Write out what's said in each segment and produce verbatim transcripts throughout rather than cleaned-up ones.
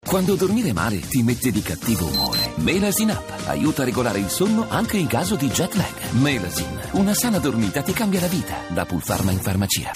Quando dormire male ti mette di cattivo umore. Melasin Up aiuta a regolare il sonno anche in caso di jet lag. Melasin, una sana dormita ti cambia la vita. Da Pulpharma in farmacia.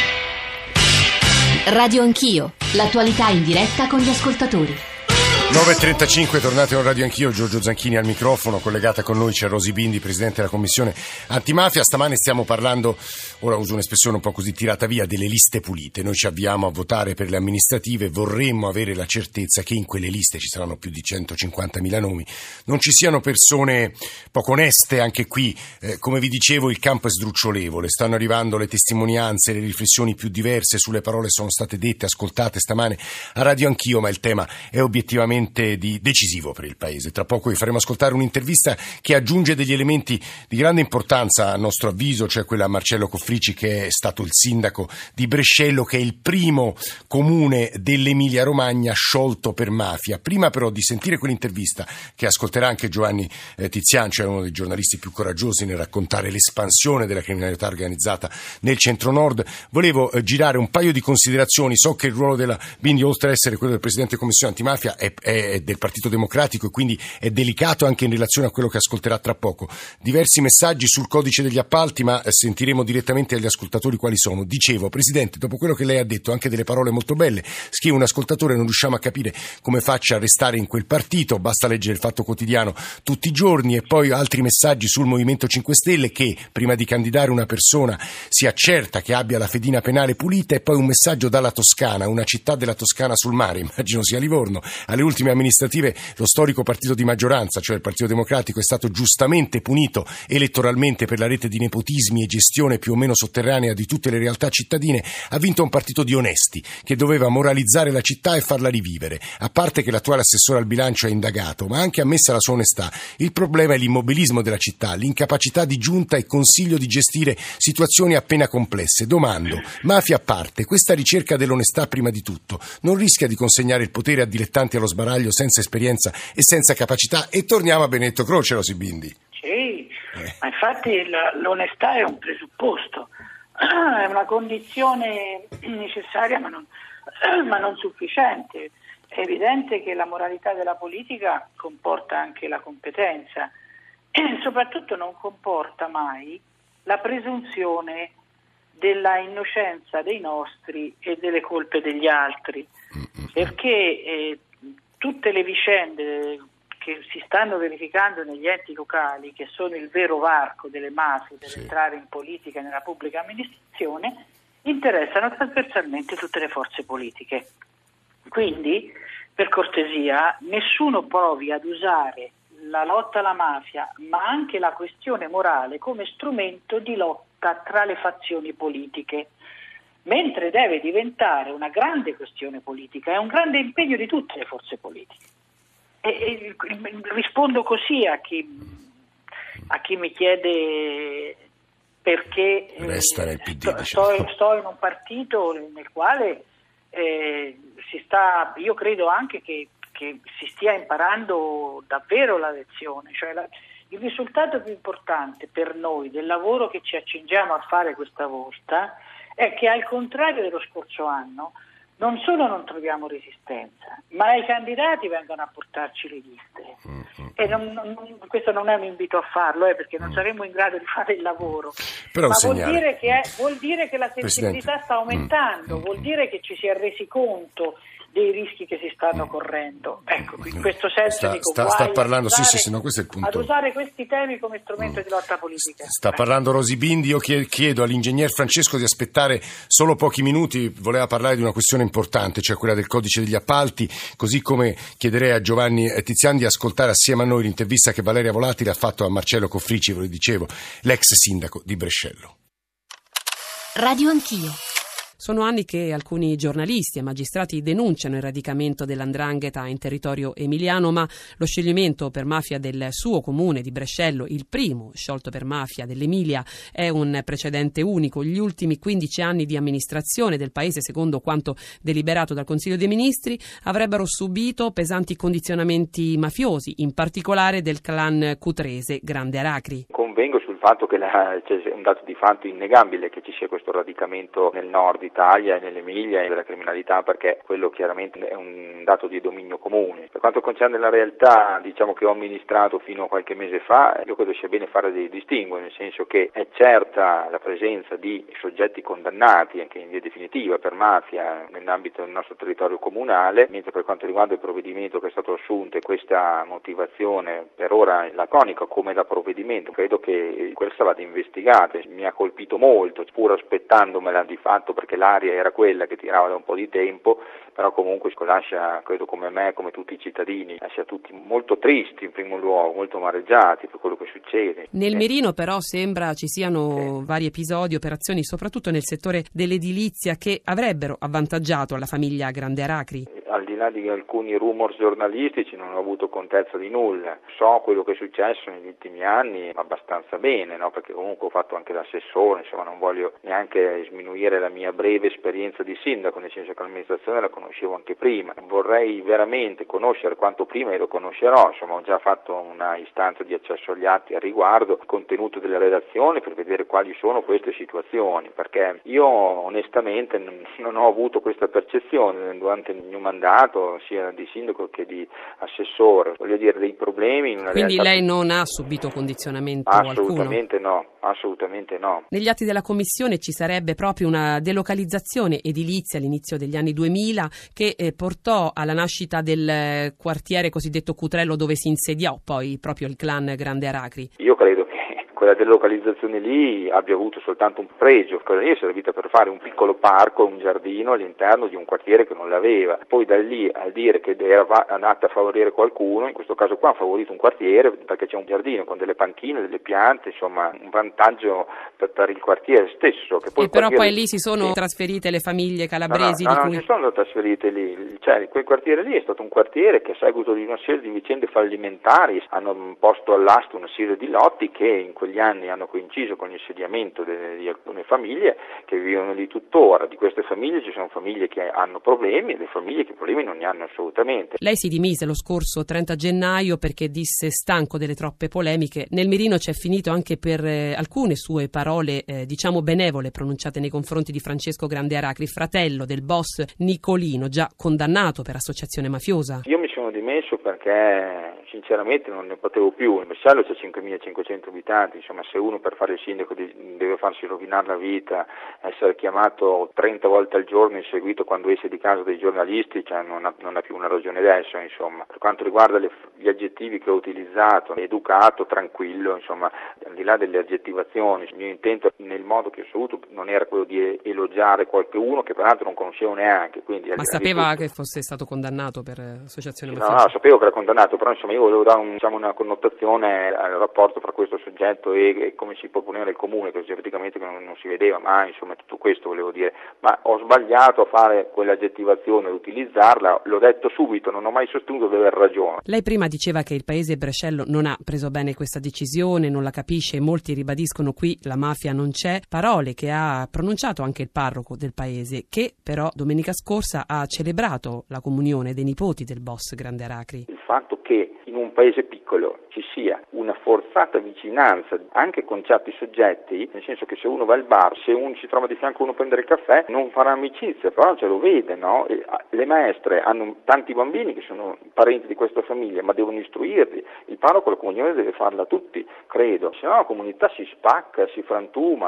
Radio Anch'io, l'attualità in diretta con gli ascoltatori. nove e trentacinque, tornate con Radio Anch'io, Giorgio Zanchini al microfono, collegata con noi c'è Rosy Bindi, Presidente della Commissione Antimafia. Stamane stiamo parlando, ora uso un'espressione un po' così tirata via, delle liste pulite. Noi ci avviamo a votare per le amministrative, vorremmo avere la certezza che in quelle liste, ci saranno più di centocinquantamila nomi, non ci siano persone poco oneste. Anche qui, eh, come vi dicevo, il campo è sdrucciolevole, stanno arrivando le testimonianze, le riflessioni più diverse sulle parole sono state dette, ascoltate stamane a Radio Anch'io, ma il tema è obiettivamente di decisivo per il Paese. Tra poco vi faremo ascoltare un'intervista che aggiunge degli elementi di grande importanza a nostro avviso, cioè quella a Marcello Cofricci, che è stato il sindaco di Brescello, che è il primo comune dell'Emilia Romagna sciolto per mafia. Prima però di sentire quell'intervista, che ascolterà anche Giovanni eh, Tizian, cioè uno dei giornalisti più coraggiosi nel raccontare l'espansione della criminalità organizzata nel centro-nord, volevo eh, girare un paio di considerazioni. So che il ruolo della Bindi, oltre ad essere quello del Presidente della Commissione Antimafia, è, è del Partito Democratico e quindi è delicato anche in relazione a quello che ascolterà tra poco. Diversi messaggi sul codice degli appalti, ma sentiremo direttamente agli ascoltatori quali sono. Dicevo, Presidente, dopo quello che lei ha detto, anche delle parole molto belle, scrive un ascoltatore, non riusciamo a capire come faccia a restare in quel partito, basta leggere il Fatto Quotidiano tutti i giorni. E poi altri messaggi sul Movimento cinque Stelle, che prima di candidare una persona si accerta che abbia la fedina penale pulita. E poi un messaggio dalla Toscana, una città della Toscana sul mare, immagino sia Livorno. Alle ultime amministrative lo storico partito di maggioranza, cioè il Partito Democratico, è stato giustamente punito elettoralmente per la rete di nepotismi e gestione più o meno sotterranea di tutte le realtà cittadine. Ha vinto un partito di onesti che doveva moralizzare la città e farla rivivere. A parte che l'attuale assessore al bilancio è indagato, ma anche ammessa la sua onestà. Il problema è l'immobilismo della città, l'incapacità di giunta e consiglio di gestire situazioni appena complesse. Domando, mafia a parte, questa ricerca dell'onestà prima di tutto non rischia di consegnare il potere a dilettanti allo sbaraglio senza esperienza e senza capacità? E torniamo a Benedetto Croce, Rosy Bindi. Sì, eh. ma infatti la, l'onestà è un presupposto, è una condizione necessaria ma non, ma non sufficiente. È evidente che la moralità della politica comporta anche la competenza e soprattutto non comporta mai la presunzione della innocenza dei nostri e delle colpe degli altri, perché eh, tutte le vicende che si stanno verificando negli enti locali, che sono il vero varco delle mafie per sì. entrare in politica e nella pubblica amministrazione, interessano trasversalmente tutte le forze politiche. Quindi, per cortesia, nessuno provi ad usare la lotta alla mafia, ma anche la questione morale, come strumento di lotta tra le fazioni politiche, mentre deve diventare una grande questione politica, è un grande impegno di tutte le forze politiche. E, e rispondo così a chi, a chi mi chiede perché resta nel P D, sto, diciamo. sto, sto in un partito nel quale eh, si sta, io credo anche che, che si stia imparando davvero la lezione, cioè la, il risultato più importante per noi del lavoro che ci accingiamo a fare questa volta è che, al contrario dello scorso anno, non solo non troviamo resistenza, ma i candidati vengono a portarci le liste. Mm-hmm. E non, non, questo non è un invito a farlo, eh, perché non mm. saremo in grado di fare il lavoro. Però ma vuol dire, che è, vuol dire che la sensibilità Presidente. sta aumentando, mm. vuol dire che ci si è resi conto dei rischi che si stanno correndo. Ecco, in questo senso sta, dico, sta, sta parlando, usare, sì, sì, no, questo è il punto. Ad usare questi temi come strumento mm. di lotta politica. Sta Beh. parlando Rosy Bindi. Io chiedo all'ingegner Francesco di aspettare solo pochi minuti, voleva parlare di una questione importante, cioè quella del codice degli appalti, così come chiederei a Giovanni Tizian di ascoltare assieme a noi l'intervista che Valeria Volatile ha fatto a Marcello Cofricci, ve lo dicevo, l'ex sindaco di Brescello. Radio Anch'io. Sono anni che alcuni giornalisti e magistrati denunciano il radicamento dell'andrangheta in territorio emiliano, ma lo scioglimento per mafia del suo comune di Brescello, il primo sciolto per mafia dell'Emilia, è un precedente unico. Gli ultimi quindici anni di amministrazione del paese, secondo quanto deliberato dal Consiglio dei Ministri, avrebbero subito pesanti condizionamenti mafiosi, in particolare del clan cutrese Grande Aracri. Convengo sul fatto che la, c'è un dato di fatto innegabile che ci sia questo radicamento nel nord Italia e nell'Emilia della criminalità, perché quello chiaramente è un dato di dominio comune. Per quanto concerne la realtà, diciamo, che ho amministrato fino a qualche mese fa, io credo sia bene fare dei distinguo, nel senso che è certa la presenza di soggetti condannati anche in via definitiva per mafia nell'ambito del nostro territorio comunale, mentre per quanto riguarda il provvedimento che è stato assunto e questa motivazione per ora laconica come da provvedimento, credo che questa vada investigata. Mi ha colpito molto, pur aspettandomela di fatto, perché l'aria era quella che tirava da un po' di tempo, però comunque lascia, credo come me, come tutti i cittadini, lascia tutti molto tristi in primo luogo, molto amareggiati per quello che succede. Nel eh. Merino però sembra ci siano eh. vari episodi, operazioni, soprattutto nel settore dell'edilizia, che avrebbero avvantaggiato la famiglia Grande Aracri. Al di là di alcuni rumor giornalistici non ho avuto contezza di nulla. So quello che è successo negli ultimi anni abbastanza bene, no? Perché comunque ho fatto anche l'assessore, insomma non voglio neanche sminuire la mia breve esperienza di sindaco, nel senso che l'amministrazione la conoscevo anche prima. Vorrei veramente conoscere quanto prima e lo conoscerò, insomma ho già fatto una istanza di accesso agli atti al riguardo, il contenuto della redazione per vedere quali sono queste situazioni, perché io onestamente non ho avuto questa percezione durante il mio mandato, sia di sindaco che di assessore, voglio dire, dei problemi in una Quindi realtà... lei non ha subito condizionamento assolutamente alcuno? no, assolutamente no. Negli atti della Commissione ci sarebbe proprio una delocalizzazione edilizia all'inizio degli anni duemila che eh, portò alla nascita del eh, quartiere cosiddetto Cutrello, dove si insediò poi proprio il clan Grande Aracri. Io credo che quella delocalizzazione lì abbia avuto soltanto un pregio, quella lì è servita per fare un piccolo parco, un giardino all'interno di un quartiere che non l'aveva. Poi da lì a dire che era andata a favorire qualcuno, in questo caso qua ha favorito un quartiere perché c'è un giardino con delle panchine, delle piante, insomma un vantaggio per, per il quartiere stesso. Che poi e però quartiere... poi lì si sono sì. trasferite le famiglie calabresi? No, no, no, di cui... non si sono trasferite lì, cioè quel quartiere lì è stato un quartiere che a seguito di una serie di vicende fallimentari hanno posto all'asta una serie di lotti che in quegli anni hanno coinciso con l'insediamento de, di alcune famiglie che vivono lì tuttora. Di queste famiglie ci sono famiglie che hanno problemi e le famiglie che problemi non ne hanno assolutamente. Lei si dimise lo scorso trenta gennaio perché disse stanco delle troppe polemiche. Nel Merino c'è finito anche per eh, alcune sue parole eh, diciamo benevole pronunciate nei confronti di Francesco Grande Aracri, fratello del boss Nicolino, già condannato per associazione mafiosa. Io mi sono dimesso perché sinceramente non ne potevo più. Il Bersello c'è cinquemilacinquecento abitanti, insomma se uno per fare il sindaco deve farsi rovinare la vita, essere chiamato trenta volte al giorno inseguito quando esce di casa dai giornalisti, cioè non ha, non ha più una ragione d'essere, insomma. Per quanto riguarda le, gli aggettivi che ho utilizzato, educato, tranquillo, insomma, al di là delle aggettivazioni, il mio intento nel modo che ho saputo non era quello di elogiare qualcuno che peraltro non conoscevo neanche. Quindi, ma sapeva che fosse stato condannato per associazione sì, mafiosa? No, no, sapevo che era condannato, però insomma io volevo dare un, diciamo, una connotazione al rapporto fra questo soggetto e, e come si proponeva il comune, che praticamente non, non si vedeva mai, insomma tutto questo volevo dire, ma ho sbagliato a fare quell'aggettivazione, ad utilizzarla, l'ho detto subito, non ho mai sostenuto di aver ragione. Lei prima diceva che il paese Brescello non ha preso bene questa decisione, non la capisce, molti ribadiscono qui la mafia non c'è, parole che ha pronunciato anche il parroco del paese, che però domenica scorsa ha celebrato la comunione dei nipoti del boss Grande Aracri. Il fatto che in un paese piccolo ci sia una forzata vicinanza anche con certi soggetti, nel senso che se uno va al bar, se uno si trova di fianco uno a prendere il caffè, non farà amicizia, però ce lo vede, no? E le maestre hanno tanti bambini che sono parenti di questa famiglia, ma devono istruirli. Il parroco la comunione deve farla tutti, credo, se no la comunità si spacca, si frantuma.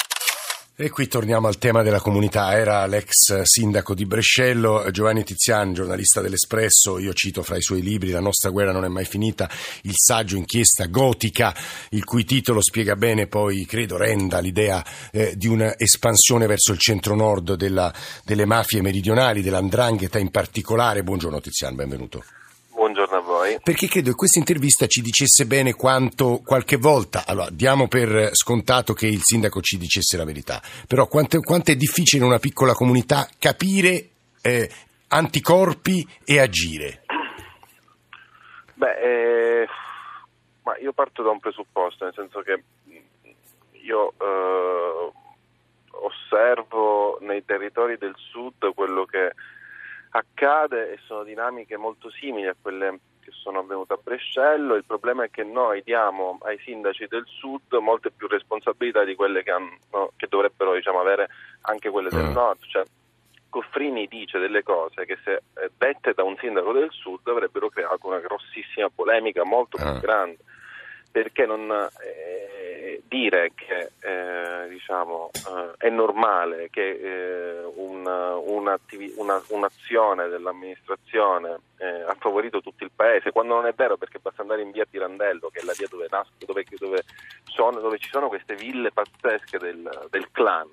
E qui torniamo al tema della comunità. Era l'ex sindaco di Brescello, Giovanni Tizian, giornalista dell'Espresso. Io cito fra i suoi libri La nostra guerra non è mai finita, il saggio Inchiesta gotica, il cui titolo spiega bene, poi credo renda l'idea eh, di un'espansione verso il centro-nord della, delle mafie meridionali, della 'ndrangheta in particolare. Buongiorno Tizian, benvenuto. Buongiorno a voi. Perché credo che questa intervista ci dicesse bene quanto qualche volta, allora diamo per scontato che il sindaco ci dicesse la verità, però quanto, quanto è difficile in una piccola comunità capire eh, anticorpi e agire. Beh, eh, ma io parto da un presupposto, nel senso che io eh, osservo nei territori del sud quello che accade e sono dinamiche molto simili a quelle che sono avvenute a Brescello. Il problema è che noi diamo ai sindaci del sud molte più responsabilità di quelle che, hanno, che dovrebbero, diciamo, avere anche quelle del nord. Cioè, Goffrini dice delle cose che, se dette da un sindaco del sud, avrebbero creato una grossissima polemica, molto più grande, perché non eh, dire che eh, diciamo eh, è normale che eh, un, una, una, un'azione dell'amministrazione eh, ha favorito tutto il paese, quando non è vero, perché basta andare in via Pirandello, che è la via dove nasco, dove, dove, sono, dove ci sono queste ville pazzesche del, del clan,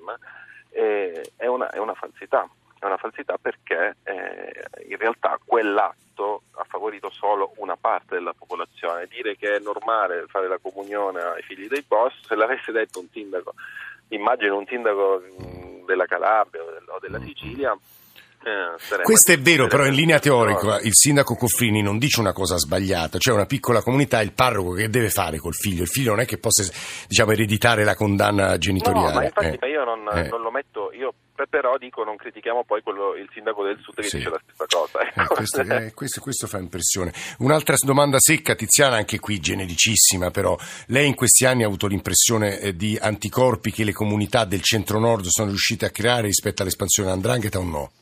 eh, è, una, è una falsità. È una falsità perché eh, in realtà quell'atto ha favorito solo una parte della popolazione. Dire che è normale fare la comunione ai figli dei boss, se l'avesse detto un sindaco, immagino un sindaco della Calabria o della Sicilia. Eh, Questo è vero, però in linea teorica il sindaco Goffrini non dice una cosa sbagliata, cioè una piccola comunità, il parroco che deve fare col figlio? Il figlio non è che possa, diciamo, ereditare la condanna genitoriale. No, ma infatti eh. io non, eh. non lo metto, io però dico, non critichiamo poi quello, il sindaco del sud che sì. dice la stessa cosa. Ecco. Eh, questo, eh, questo, questo fa impressione. Un'altra domanda secca, Tiziana, anche qui genericissima, però lei in questi anni ha avuto l'impressione eh, di anticorpi che le comunità del centro-nord sono riuscite a creare rispetto all'espansione dell'andrangheta o no?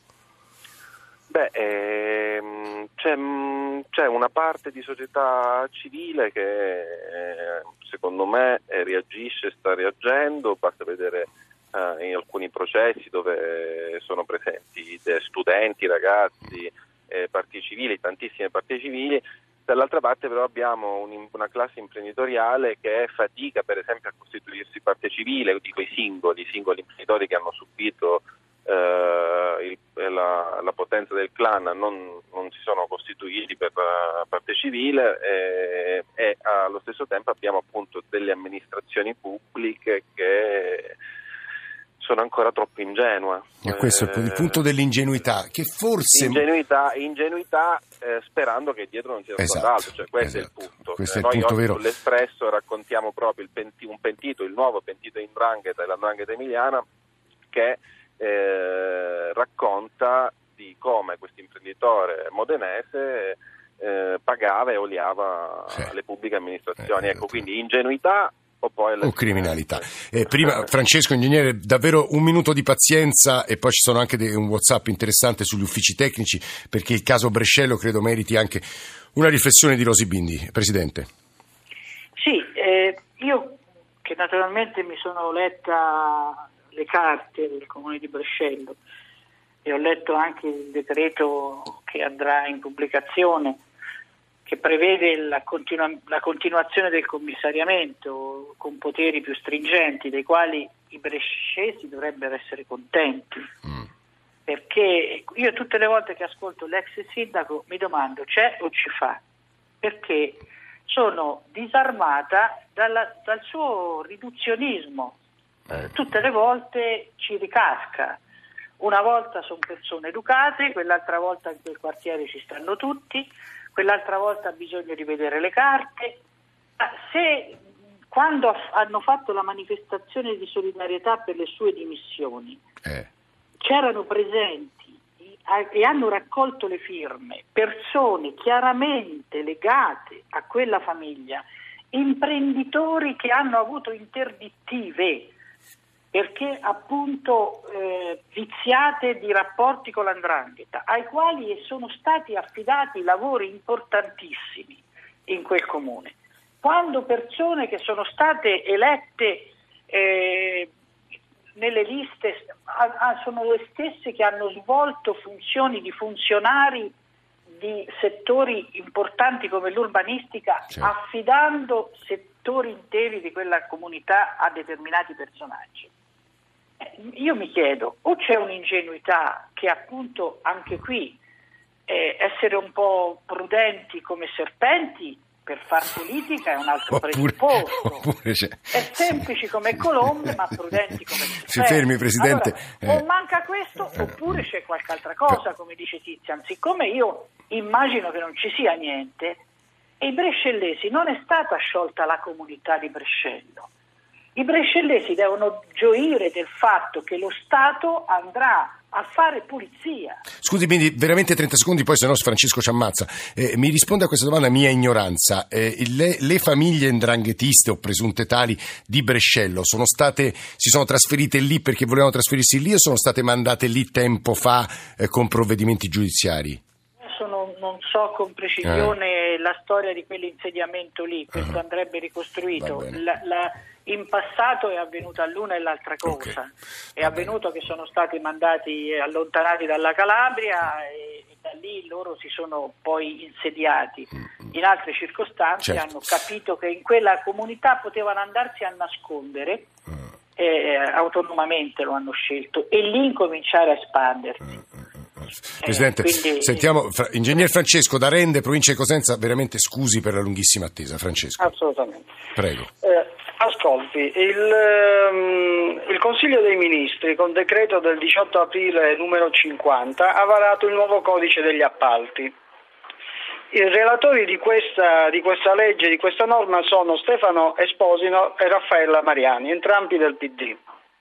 Beh, ehm, c'è, c'è una parte di società civile che eh, secondo me eh, reagisce, sta reagendo, basta vedere eh, in alcuni processi dove sono presenti studenti, ragazzi, eh, parti civili, tantissime parti civili. Dall'altra parte però abbiamo un, una classe imprenditoriale che fatica per esempio a costituirsi parte civile, di quei singoli, singoli imprenditori che hanno subito Uh, il, la, la potenza del clan, non, non si sono costituiti per uh, parte civile e, e allo stesso tempo abbiamo appunto delle amministrazioni pubbliche che sono ancora troppo ingenue. E questo è il punto dell'ingenuità, che forse ingenuità, ingenuità eh, sperando che dietro non sia esatto, stato altro, cioè questo esatto. è il punto. Questo eh, è il noi punto oggi vero. Sull'Espresso raccontiamo proprio il penti, un pentito, il nuovo pentito in 'ndrangheta e la 'ndrangheta emiliana, che Eh, racconta di come questo imprenditore modenese eh, pagava e oliava sì. le pubbliche amministrazioni. Eh, ecco, quindi ingenuità o poi o criminalità. Eh, prima, Francesco Ingegnere, davvero un minuto di pazienza, e poi ci sono anche dei, un WhatsApp interessante sugli uffici tecnici, perché il caso Brescello credo meriti anche una riflessione di Rosy Bindi. Presidente. Sì, eh, io che naturalmente mi sono letta le carte del Comune di Brescello e ho letto anche il decreto che andrà in pubblicazione, che prevede la, continua- la continuazione del commissariamento con poteri più stringenti, dei quali i brescesi dovrebbero essere contenti. Mm. Perché io tutte le volte che ascolto l'ex sindaco mi domando: c'è o ci fa? Perché sono disarmata dalla, dal suo riduzionismo. Tutte le volte ci ricasca. Una volta sono persone educate, quell'altra volta in quel quartiere ci stanno tutti, quell'altra volta ha bisogno di vedere le carte. Ma se quando hanno fatto la manifestazione di solidarietà per le sue dimissioni eh. c'erano presenti e hanno raccolto le firme persone chiaramente legate a quella famiglia, imprenditori che hanno avuto interdittive perché appunto eh, viziate di rapporti con l'andrangheta, ai quali sono stati affidati lavori importantissimi in quel comune. Quando persone che sono state elette eh, nelle liste a, a, sono le stesse che hanno svolto funzioni di funzionari di settori importanti come l'urbanistica, certo. affidando settori interi di quella comunità a determinati personaggi. Io mi chiedo, o c'è un'ingenuità che appunto anche qui eh, essere un po' prudenti come serpenti per far politica è un altro oppure, presupposto, oppure c'è, è semplici sì. come colombe ma prudenti come serpenti. Si fermi, Presidente. Allora, o manca questo eh, oppure c'è qualche altra cosa, come dice Tizian. Siccome io immagino che non ci sia niente, e i brescellesi, non è stata sciolta la comunità di Brescello. I brescellesi devono gioire del fatto che lo Stato andrà a fare pulizia. Scusi, quindi veramente trenta secondi, poi se no Francesco ci ammazza. Eh, mi risponde a questa domanda mia ignoranza. Eh, le, le famiglie 'ndranghetiste o presunte tali di Brescello sono state, si sono trasferite lì perché volevano trasferirsi lì o sono state mandate lì tempo fa eh, con provvedimenti giudiziari? Non, non so con precisione eh. la storia di quell'insediamento lì, questo uh-huh. andrebbe ricostruito. La, la, in passato è avvenuta l'una e l'altra cosa, okay. è avvenuto che sono stati mandati, allontanati dalla Calabria e, e da lì loro si sono poi insediati. In altre circostanze certo. hanno capito che in quella comunità potevano andarsi a nascondere, uh-huh. eh, autonomamente lo hanno scelto, e lì incominciare a espandersi. Uh-huh. Presidente, eh, quindi... sentiamo, fra, Ingegner Francesco da Rende, provincia di Cosenza, veramente scusi per la lunghissima attesa. Francesco. Assolutamente. Prego. Eh, ascolti, il, um, il Consiglio dei Ministri con decreto del diciotto aprile numero cinquanta ha varato il nuovo codice degli appalti. I relatori di questa, di questa legge, di questa norma sono Stefano Esposito e Raffaella Mariani, entrambi del P D.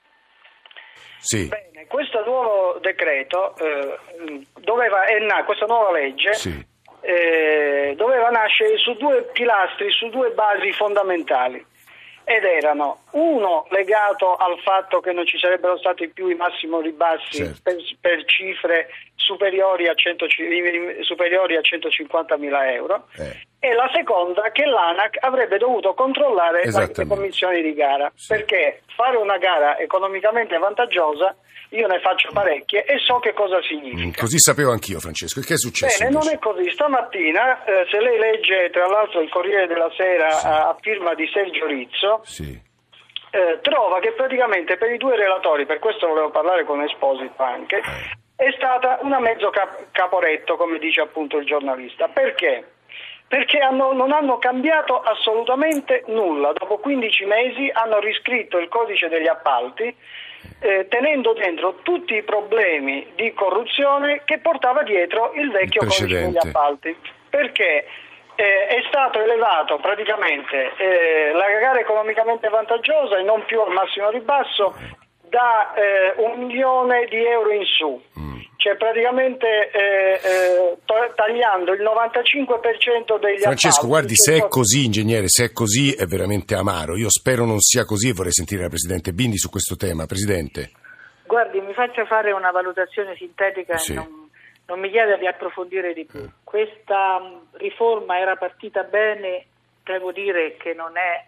Sì. Bene, questo nuovo decreto eh, doveva, eh, na, questa nuova legge sì. eh, doveva nascere su due pilastri, su due basi fondamentali, ed erano uno legato al fatto che non ci sarebbero stati più i massimo ribassi certo. per, per cifre superiori a, cento, superiori a centocinquantamila euro eh. e la seconda che l'ANAC avrebbe dovuto controllare le commissioni di gara, sì. perché fare una gara economicamente vantaggiosa io ne faccio parecchie e so che cosa significa. Mm, così sapevo anch'io, Francesco. E che è successo? Bene, invece? Non è così. Stamattina, eh, se lei legge tra l'altro il Corriere della Sera sì. a, a firma di Sergio Rizzo, sì. eh, trova che praticamente per i due relatori, per questo volevo parlare con Esposito anche, eh. è stata una mezzo cap- caporetto, come dice appunto il giornalista. Perché? Perché hanno, non hanno cambiato assolutamente nulla. Dopo quindici mesi hanno riscritto il codice degli appalti, eh, tenendo dentro tutti i problemi di corruzione che portava dietro il vecchio il codice degli appalti. Perché eh, è stato elevato praticamente eh, la gara economicamente vantaggiosa e non più al massimo ribasso da eh, un milione di euro in su. Cioè praticamente eh, eh, tagliando il novantacinque per cento degli Francesco, appalti. guardi, se è così, ingegnere, se è così è veramente amaro. Io spero non sia così e vorrei sentire la Presidente Bindi su questo tema. Presidente. Guardi, mi faccia fare una valutazione sintetica sì. e non, non mi chieda di approfondire di più. Questa riforma era partita bene, devo dire che non è,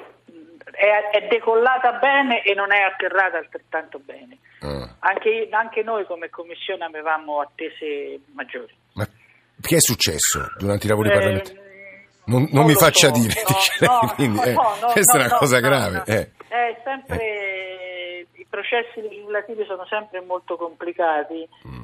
è, è decollata bene e non è atterrata altrettanto bene. Ah. Anche, anche noi come Commissione avevamo attese maggiori. Ma che è successo durante i lavori eh, parlamentari? Non, non, non mi faccia so, dire, no, dice no, lei, quindi, no, eh, no, questa no, è una no, cosa no, grave. No. Eh. È sempre, eh. I processi legislativi sono sempre molto complicati mm.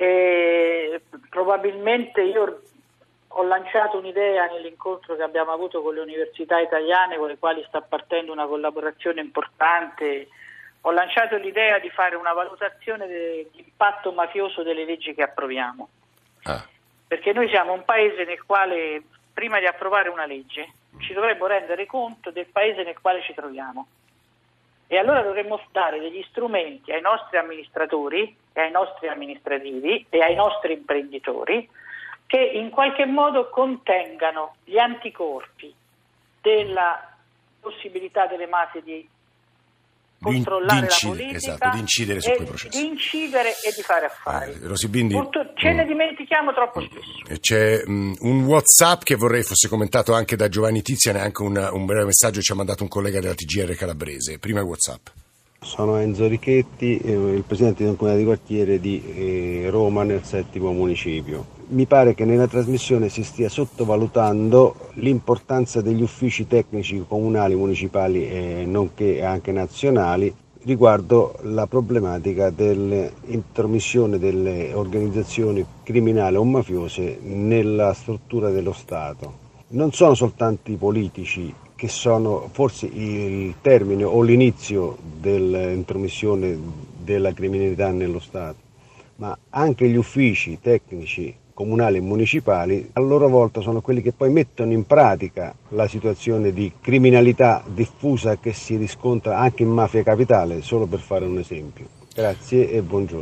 e probabilmente io ho lanciato un'idea nell'incontro che abbiamo avuto con le università italiane con le quali sta partendo una collaborazione importante. Ho lanciato l'idea di fare una valutazione dell'impatto mafioso delle leggi che approviamo, ah. perché noi siamo un paese nel quale prima di approvare una legge ci dovremmo rendere conto del paese nel quale ci troviamo e allora dovremmo dare degli strumenti ai nostri amministratori e ai nostri amministrativi e ai nostri imprenditori che in qualche modo contengano gli anticorpi della possibilità delle mafie di controllare di incide, la politica, esatto, di incidere su quei processi, di incidere e di fare affari. Eh, Rosibindi, Purtroppo ce ne dimentichiamo troppo spesso. C'è um, un WhatsApp che vorrei fosse commentato anche da Giovanni Tizian e anche un, un breve messaggio che ci ha mandato un collega della T G R Calabrese. Prima il WhatsApp. Sono Enzo Richetti, eh, il presidente di un comunità di quartiere di eh, Roma nel settimo municipio. Mi pare che nella trasmissione si stia sottovalutando l'importanza degli uffici tecnici comunali, municipali e nonché anche nazionali riguardo la problematica dell'intromissione delle organizzazioni criminali o mafiose nella struttura dello Stato. Non sono soltanto i politici che sono forse il termine o l'inizio dell'intromissione della criminalità nello Stato, ma anche gli uffici tecnici comunali e municipali a loro volta sono quelli che poi mettono in pratica la situazione di criminalità diffusa che si riscontra anche in mafia capitale, solo per fare un esempio. Grazie e buongiorno.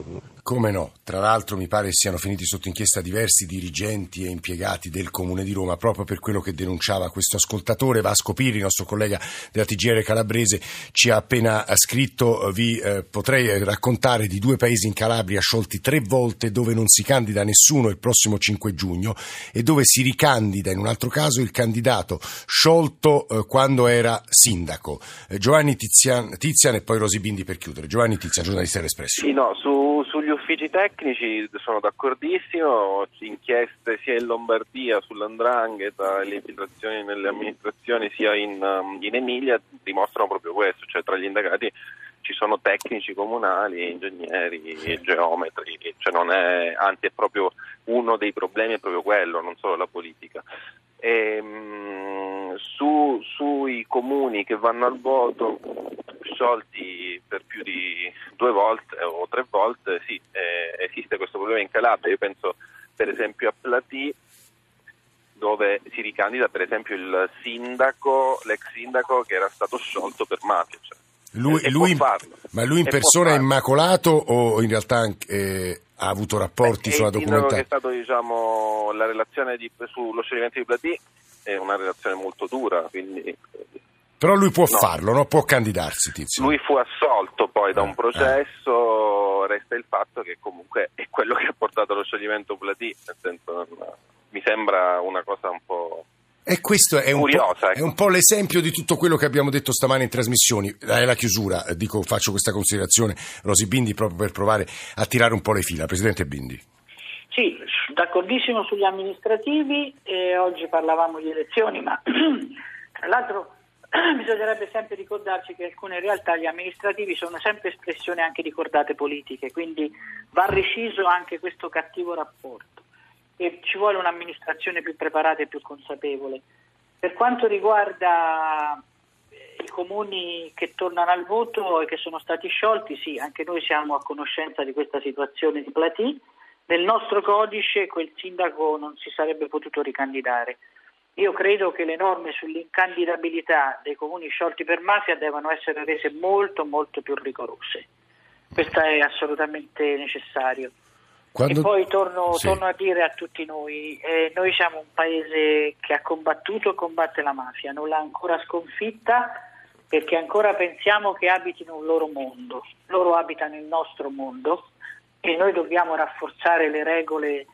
Come no, tra l'altro mi pare siano finiti sotto inchiesta diversi dirigenti e impiegati del Comune di Roma proprio per quello che denunciava questo ascoltatore. Vasco Pirri, il nostro collega della T G R calabrese, ci ha appena scritto: vi eh, potrei raccontare di due paesi in Calabria sciolti tre volte, dove non si candida nessuno il prossimo cinque giugno e dove si ricandida in un altro caso il candidato sciolto eh, quando era sindaco. Eh, Giovanni Tizian, Tizian e poi Rosi Bindi per chiudere. Giovanni Tizian, giornalista dell'Espresso. Sì, no, su, sugli uffici tecnici sono d'accordissimo, inchieste sia in Lombardia sull'andrangheta e le infiltrazioni nelle amministrazioni sia in, um, in Emilia dimostrano proprio questo, cioè tra gli indagati ci sono tecnici comunali, ingegneri, geometri, cioè non è, anzi è proprio uno dei problemi, è proprio quello, non solo la politica. E, um, su, sui comuni che vanno al voto sciolti per più di due volte o tre volte, sì, eh, esiste questo problema in Calabria. Io penso per esempio a Platì, dove si ricandida per esempio il sindaco, l'ex sindaco che era stato sciolto per mafia. Cioè, lui, e, e lui, ma lui in e persona è immacolato o in realtà eh, ha avuto rapporti Beh, sulla documentazione? Che è documentazione? stato, diciamo, la relazione di, sullo scioglimento di Platì è una relazione molto dura, quindi... Però lui può no. farlo, no? Può candidarsi, Tizio. Lui fu assolto poi da eh, un processo, eh. Resta il fatto che comunque è quello che ha portato allo scioglimento Platì, nel senso non, mi sembra una cosa un po'... E questo è un, curiosa, ecco. È un po' l'esempio di tutto quello che abbiamo detto stamane in trasmissioni. È la chiusura, dico, faccio questa considerazione, Rosi Bindi, proprio per provare a tirare un po' le fila. Presidente Bindi. Sì, d'accordissimo sugli amministrativi, e oggi parlavamo di elezioni, ma tra l'altro bisognerebbe sempre ricordarci che alcune realtà gli amministrativi sono sempre espressione anche di cordate politiche, quindi va reciso anche questo cattivo rapporto e ci vuole un'amministrazione più preparata e più consapevole. Per quanto riguarda i comuni che tornano al voto e che sono stati sciolti, sì, anche noi siamo a conoscenza di questa situazione di Platì. Nel nostro codice quel sindaco non si sarebbe potuto ricandidare. Io credo che le norme sull'incandidabilità dei comuni sciolti per mafia devono essere rese molto molto più rigorose. Questo è assolutamente necessario. Quando... E poi torno, sì. torno a dire a tutti noi, eh, noi siamo un paese che ha combattuto e combatte la mafia, non l'ha ancora sconfitta perché ancora pensiamo che abitino un loro mondo. Loro abitano il nostro mondo e noi dobbiamo rafforzare le regole,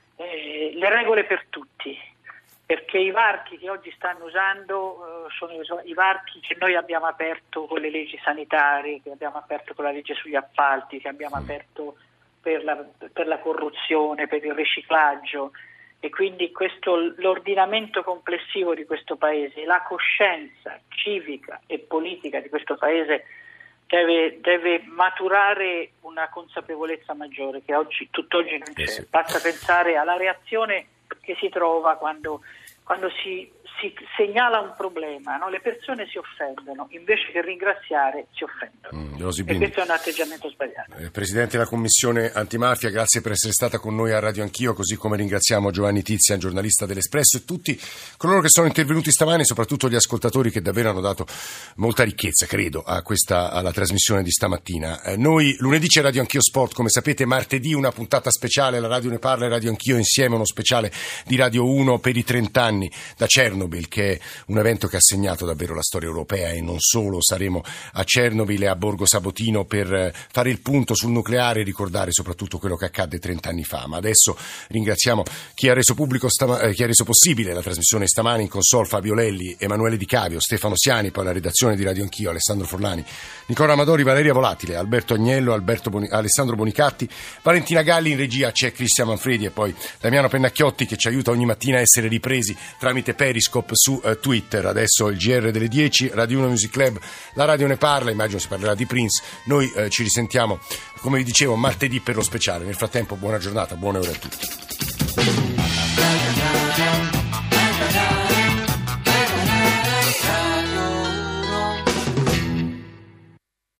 eh, le regole per tutti. Perché i varchi che oggi stanno usando uh, sono i varchi che noi abbiamo aperto con le leggi sanitarie, che abbiamo aperto con la legge sugli appalti, che abbiamo aperto per la, per la corruzione, per il riciclaggio, e quindi questo, l'ordinamento complessivo di questo paese, la coscienza civica e politica di questo paese deve, deve maturare una consapevolezza maggiore che oggi, tutt'oggi non c'è. Sì. Basta pensare alla reazione che si trova quando, quando si, si segnala un problema, no? Le persone si offendono, invece che ringraziare si offendono. Mm, e questo è un atteggiamento sbagliato. Eh, Presidente della Commissione Antimafia, grazie per essere stata con noi a Radio Anch'io, così come ringraziamo Giovanni Tizian, giornalista dell'Espresso, e tutti coloro che sono intervenuti stamani, soprattutto gli ascoltatori che davvero hanno dato molta ricchezza, credo, a questa, alla trasmissione di stamattina. Eh, noi lunedì c'è Radio Anch'io Sport, come sapete martedì una puntata speciale, la Radio Ne Parla e Radio Anch'io insieme, uno speciale di Radio uno per i trent'anni da Chernobyl, che è un evento che ha segnato davvero la storia europea e non solo. Saremo a Chernobyl e a Borgo Sabotino per fare il punto sul nucleare e ricordare soprattutto quello che accadde trent'anni fa. Ma adesso ringraziamo chi ha reso pubblico stama- eh, chi ha reso possibile la trasmissione stamani in console: Fabio Lelli, Emanuele Di Cavio, Stefano Siani, poi la redazione di Radio Anch'io, Alessandro Forlani, Nicola Amadori, Valeria Volatile, Alberto Agnello, Alberto Boni- Alessandro Bonicatti, Valentina Galli, in regia c'è Cristian Manfredi e poi Damiano Pennacchiotti che ci aiuta ogni mattina a essere ripresi tramite Periscope su uh, Twitter. Adesso il G R delle dieci, Radio uno Music Club, la Radio Ne Parla, immagino si parlerà di Prince. Noi uh, ci risentiamo, come vi dicevo, martedì per lo speciale. Nel frattempo buona giornata, buone ore a tutti.